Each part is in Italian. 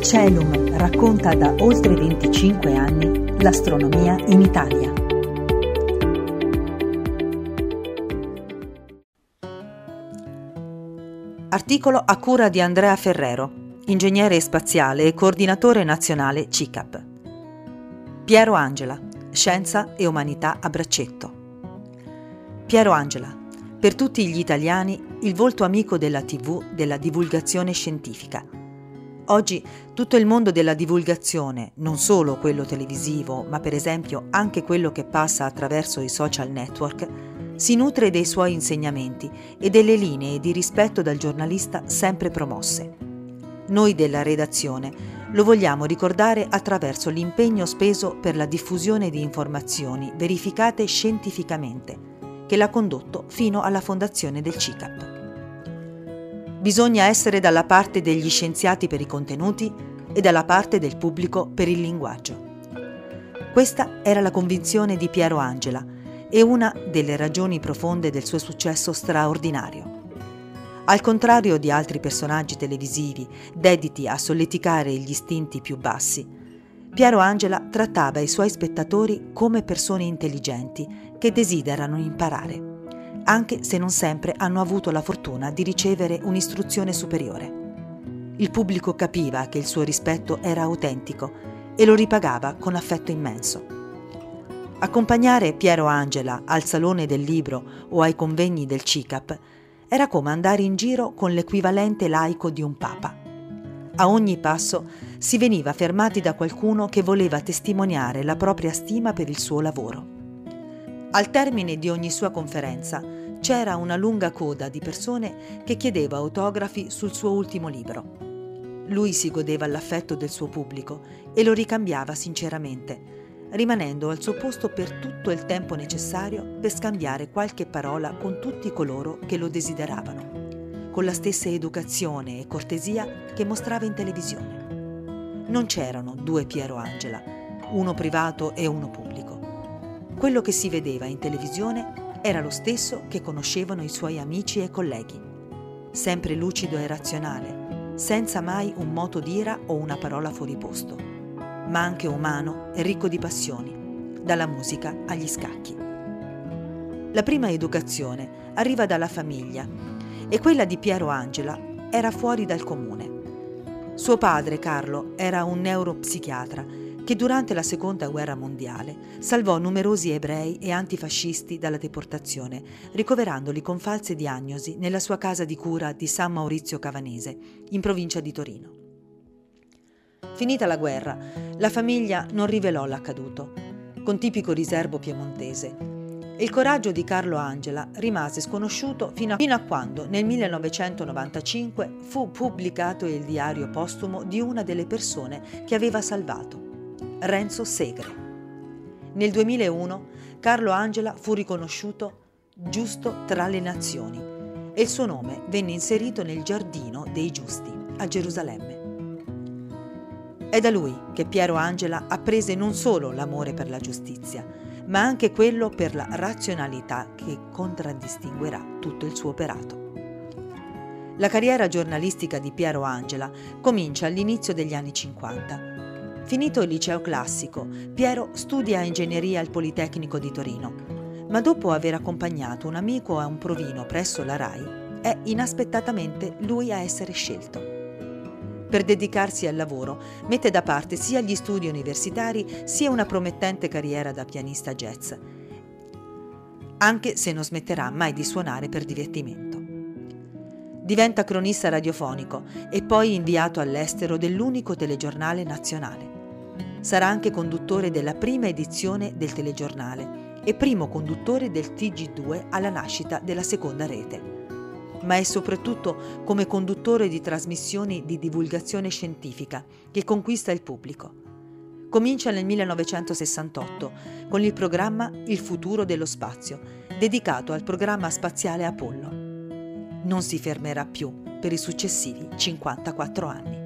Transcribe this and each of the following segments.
Celum racconta da oltre 25 anni l'astronomia in Italia. Articolo a cura di Andrea Ferrero, ingegnere spaziale e coordinatore nazionale CICAP. Piero Angela, Scienza e Umanità a braccetto. Piero Angela, per tutti gli italiani il volto amico della TV della divulgazione scientifica. Oggi tutto il mondo della divulgazione, non solo quello televisivo, ma per esempio anche quello che passa attraverso i social network, si nutre dei suoi insegnamenti e delle linee di rispetto dal giornalista sempre promosse. Noi della redazione lo vogliamo ricordare attraverso l'impegno speso per la diffusione di informazioni verificate scientificamente, che l'ha condotto fino alla fondazione del CICAP. Bisogna essere dalla parte degli scienziati per i contenuti e dalla parte del pubblico per il linguaggio. Questa era la convinzione di Piero Angela e una delle ragioni profonde del suo successo straordinario. Al contrario di altri personaggi televisivi dediti a solleticare gli istinti più bassi, Piero Angela trattava i suoi spettatori come persone intelligenti che desiderano imparare, anche se non sempre hanno avuto la fortuna di ricevere un'istruzione superiore. Il pubblico capiva che il suo rispetto era autentico e lo ripagava con affetto immenso. Accompagnare Piero Angela al Salone del Libro o ai convegni del CICAP era come andare in giro con l'equivalente laico di un papa. A ogni passo si veniva fermati da qualcuno che voleva testimoniare la propria stima per il suo lavoro. Al termine di ogni sua conferenza c'era una lunga coda di persone che chiedeva autografi sul suo ultimo libro. Lui si godeva l'affetto del suo pubblico e lo ricambiava sinceramente, rimanendo al suo posto per tutto il tempo necessario per scambiare qualche parola con tutti coloro che lo desideravano, con la stessa educazione e cortesia che mostrava in televisione. Non c'erano due Piero Angela, uno privato e uno pubblico. Quello che si vedeva in televisione era lo stesso che conoscevano i suoi amici e colleghi, sempre lucido e razionale, senza mai un moto d'ira o una parola fuori posto, ma anche umano e ricco di passioni, dalla musica agli scacchi. La prima educazione arriva dalla famiglia e quella di Piero Angela era fuori dal comune. Suo padre, Carlo, era un neuropsichiatra che durante la Seconda Guerra Mondiale salvò numerosi ebrei e antifascisti dalla deportazione, ricoverandoli con false diagnosi nella sua casa di cura di San Maurizio Cavanese, in provincia di Torino. Finita la guerra, la famiglia non rivelò l'accaduto, con tipico riserbo piemontese, e il coraggio di Carlo Angela rimase sconosciuto fino a quando, nel 1995, fu pubblicato il diario postumo di una delle persone che aveva salvato, Renzo Segre. Nel 2001 Carlo Angela fu riconosciuto giusto tra le nazioni e il suo nome venne inserito nel Giardino dei Giusti a Gerusalemme. È da lui che Piero Angela apprese non solo l'amore per la giustizia, ma anche quello per la razionalità che contraddistinguerà tutto il suo operato. La carriera giornalistica di Piero Angela comincia all'inizio degli anni 50. Finito il liceo classico, Piero studia ingegneria al Politecnico di Torino, ma dopo aver accompagnato un amico a un provino presso la RAI, è inaspettatamente lui a essere scelto. Per dedicarsi al lavoro, mette da parte sia gli studi universitari sia una promettente carriera da pianista jazz, anche se non smetterà mai di suonare per divertimento. Diventa cronista radiofonico e poi inviato all'estero dell'unico telegiornale nazionale. Sarà anche conduttore della prima edizione del telegiornale e primo conduttore del TG2 alla nascita della seconda rete. Ma è soprattutto come conduttore di trasmissioni di divulgazione scientifica che conquista il pubblico. Comincia nel 1968 con il programma Il futuro dello spazio, dedicato al programma spaziale Apollo. Non si fermerà più per i successivi 54 anni.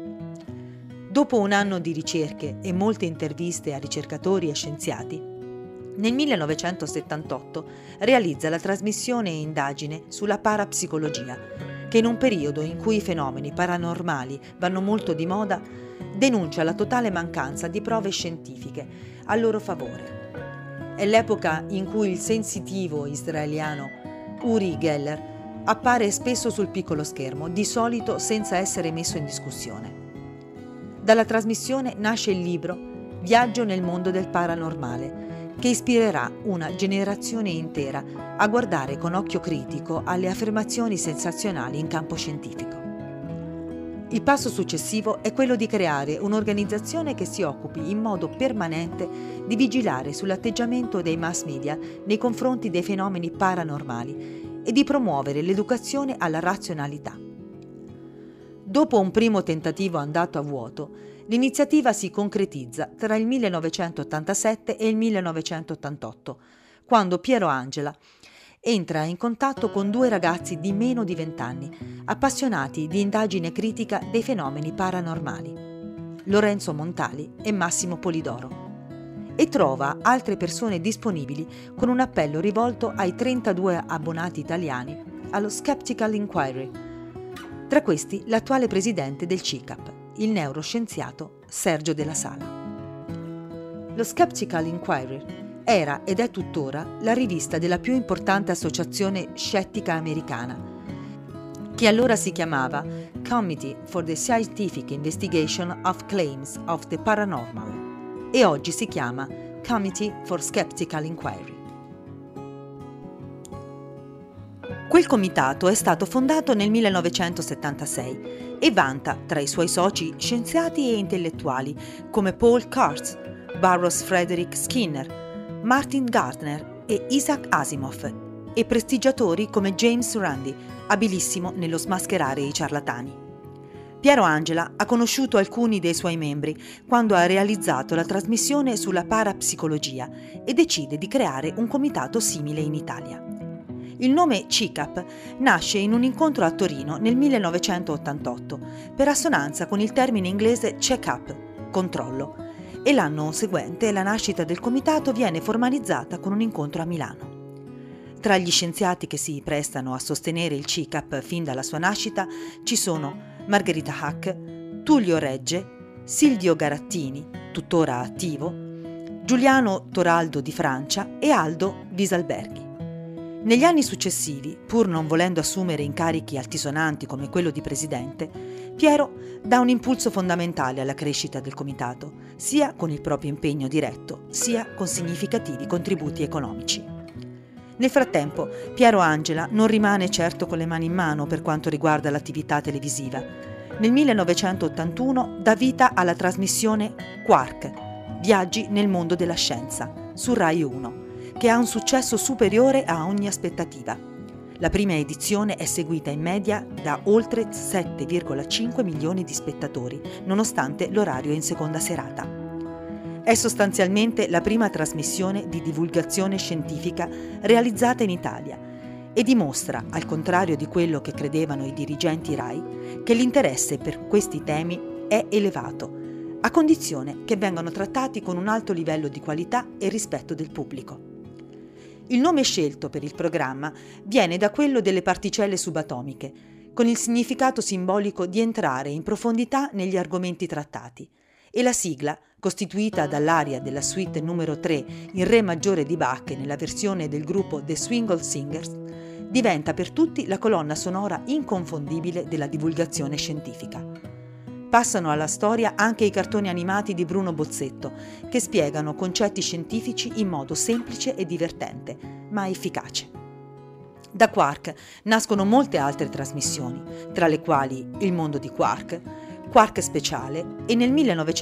Dopo un anno di ricerche e molte interviste a ricercatori e scienziati, nel 1978 realizza la trasmissione e indagine sulla parapsicologia, che in un periodo in cui i fenomeni paranormali vanno molto di moda, denuncia la totale mancanza di prove scientifiche a loro favore. È l'epoca in cui il sensitivo israeliano Uri Geller appare spesso sul piccolo schermo, di solito senza essere messo in discussione. Dalla trasmissione nasce il libro Viaggio nel mondo del paranormale, che ispirerà una generazione intera a guardare con occhio critico alle affermazioni sensazionali in campo scientifico. Il passo successivo è quello di creare un'organizzazione che si occupi in modo permanente di vigilare sull'atteggiamento dei mass media nei confronti dei fenomeni paranormali e di promuovere l'educazione alla razionalità. Dopo un primo tentativo andato a vuoto, l'iniziativa si concretizza tra il 1987 e il 1988, quando Piero Angela entra in contatto con due ragazzi di meno di 20 anni, appassionati di indagine critica dei fenomeni paranormali, Lorenzo Montali e Massimo Polidoro, e trova altre persone disponibili con un appello rivolto ai 32 abbonati italiani allo Skeptical Inquiry. Tra questi l'attuale presidente del CICAP, il neuroscienziato Sergio Della Sala. Lo Skeptical Inquiry era ed è tuttora la rivista della più importante associazione scettica americana, che allora si chiamava Committee for the Scientific Investigation of Claims of the Paranormal e oggi si chiama Committee for Skeptical Inquiry. Quel comitato è stato fondato nel 1976 e vanta tra i suoi soci scienziati e intellettuali come Paul Kurtz, Burroughs Frederick Skinner, Martin Gardner e Isaac Asimov e prestigiatori come James Randi, abilissimo nello smascherare i ciarlatani. Piero Angela ha conosciuto alcuni dei suoi membri quando ha realizzato la trasmissione sulla parapsicologia e decide di creare un comitato simile in Italia. Il nome CICAP nasce in un incontro a Torino nel 1988 per assonanza con il termine inglese check-up, controllo, e l'anno seguente la nascita del comitato viene formalizzata con un incontro a Milano. Tra gli scienziati che si prestano a sostenere il CICAP fin dalla sua nascita ci sono Margherita Hack, Tullio Regge, Silvio Garattini, tuttora attivo, Giuliano Toraldo di Francia e Aldo Visalberghi. Negli anni successivi, pur non volendo assumere incarichi altisonanti come quello di presidente, Piero dà un impulso fondamentale alla crescita del comitato, sia con il proprio impegno diretto, sia con significativi contributi economici. Nel frattempo, Piero Angela non rimane certo con le mani in mano per quanto riguarda l'attività televisiva. Nel 1981 dà vita alla trasmissione Quark, Viaggi nel mondo della scienza, su Rai 1, che ha un successo superiore a ogni aspettativa. La prima edizione è seguita in media da oltre 7,5 milioni di spettatori, nonostante l'orario in seconda serata. È sostanzialmente la prima trasmissione di divulgazione scientifica realizzata in Italia e dimostra, al contrario di quello che credevano i dirigenti Rai, che l'interesse per questi temi è elevato, a condizione che vengano trattati con un alto livello di qualità e rispetto del pubblico. Il nome scelto per il programma viene da quello delle particelle subatomiche, con il significato simbolico di entrare in profondità negli argomenti trattati, e la sigla, costituita dall'aria della suite numero 3 in Re maggiore di Bach nella versione del gruppo The Swingle Singers, diventa per tutti la colonna sonora inconfondibile della divulgazione scientifica. Passano alla storia anche i cartoni animati di Bruno Bozzetto, che spiegano concetti scientifici in modo semplice e divertente, ma efficace. Da Quark nascono molte altre trasmissioni, tra le quali Il mondo di Quark, Quark Speciale e nel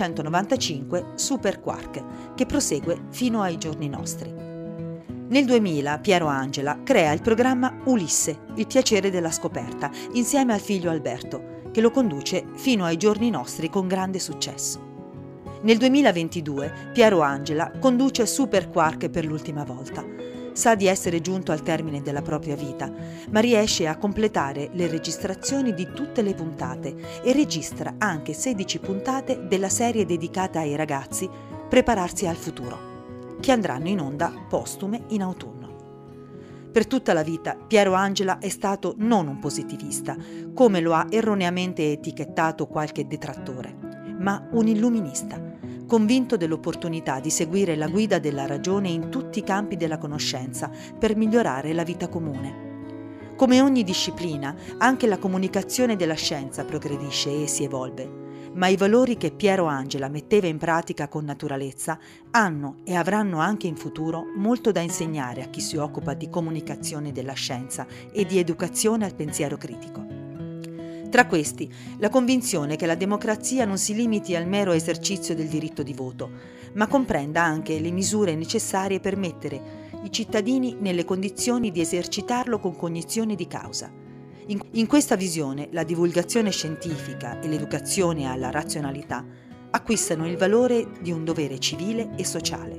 1995 Super Quark, che prosegue fino ai giorni nostri. Nel 2000 Piero Angela crea il programma Ulisse, il piacere della scoperta, insieme al figlio Alberto, che lo conduce fino ai giorni nostri con grande successo. Nel 2022 Piero Angela conduce Super Quark per l'ultima volta. Sa di essere giunto al termine della propria vita, ma riesce a completare le registrazioni di tutte le puntate e registra anche 16 puntate della serie dedicata ai ragazzi Prepararsi al futuro, che andranno in onda postume in autunno. Per tutta la vita Piero Angela è stato non un positivista, come lo ha erroneamente etichettato qualche detrattore, ma un illuminista, convinto dell'opportunità di seguire la guida della ragione in tutti i campi della conoscenza per migliorare la vita comune. Come ogni disciplina, anche la comunicazione della scienza progredisce e si evolve, ma i valori che Piero Angela metteva in pratica con naturalezza hanno e avranno anche in futuro molto da insegnare a chi si occupa di comunicazione della scienza e di educazione al pensiero critico. Tra questi, la convinzione che la democrazia non si limiti al mero esercizio del diritto di voto, ma comprenda anche le misure necessarie per mettere i cittadini nelle condizioni di esercitarlo con cognizione di causa. In questa visione, la divulgazione scientifica e l'educazione alla razionalità acquistano il valore di un dovere civile e sociale.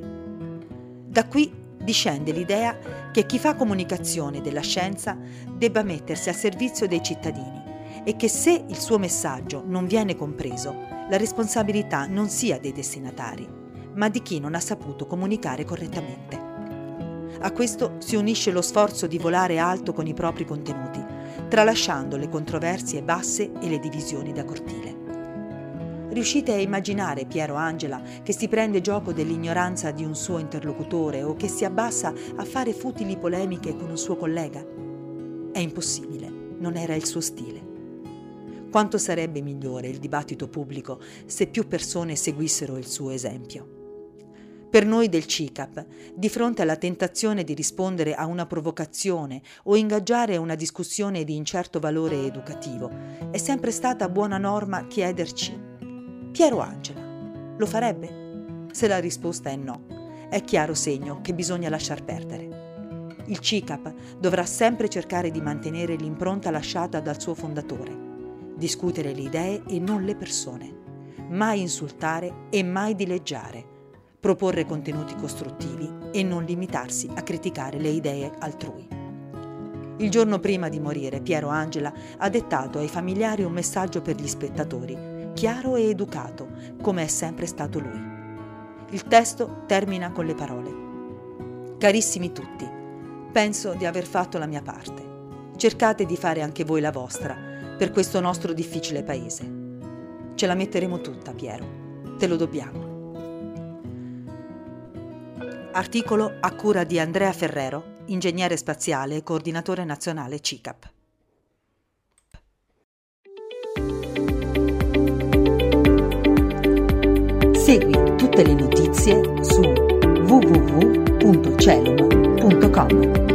Da qui discende l'idea che chi fa comunicazione della scienza debba mettersi al servizio dei cittadini e che se il suo messaggio non viene compreso, la responsabilità non sia dei destinatari, ma di chi non ha saputo comunicare correttamente. A questo si unisce lo sforzo di volare alto con i propri contenuti, tralasciando le controversie basse e le divisioni da cortile. Riuscite a immaginare Piero Angela che si prende gioco dell'ignoranza di un suo interlocutore o che si abbassa a fare futili polemiche con un suo collega? È impossibile, non era il suo stile. Quanto sarebbe migliore il dibattito pubblico se più persone seguissero il suo esempio. Per noi del CICAP, di fronte alla tentazione di rispondere a una provocazione o ingaggiare una discussione di incerto valore educativo, è sempre stata buona norma chiederci: Piero Angela, lo farebbe? Se la risposta è no, è chiaro segno che bisogna lasciar perdere. Il CICAP dovrà sempre cercare di mantenere l'impronta lasciata dal suo fondatore, discutere le idee e non le persone, mai insultare e mai dileggiare, proporre contenuti costruttivi e non limitarsi a criticare le idee altrui. Il giorno prima di morire, Piero Angela ha dettato ai familiari un messaggio per gli spettatori, chiaro e educato, come è sempre stato lui. Il testo termina con le parole: Carissimi tutti, penso di aver fatto la mia parte. Cercate di fare anche voi la vostra per questo nostro difficile paese. Ce la metteremo tutta, Piero. Te lo dobbiamo. Articolo a cura di Andrea Ferrero, ingegnere spaziale e coordinatore nazionale CICAP. Segui tutte le notizie su www.celum.com.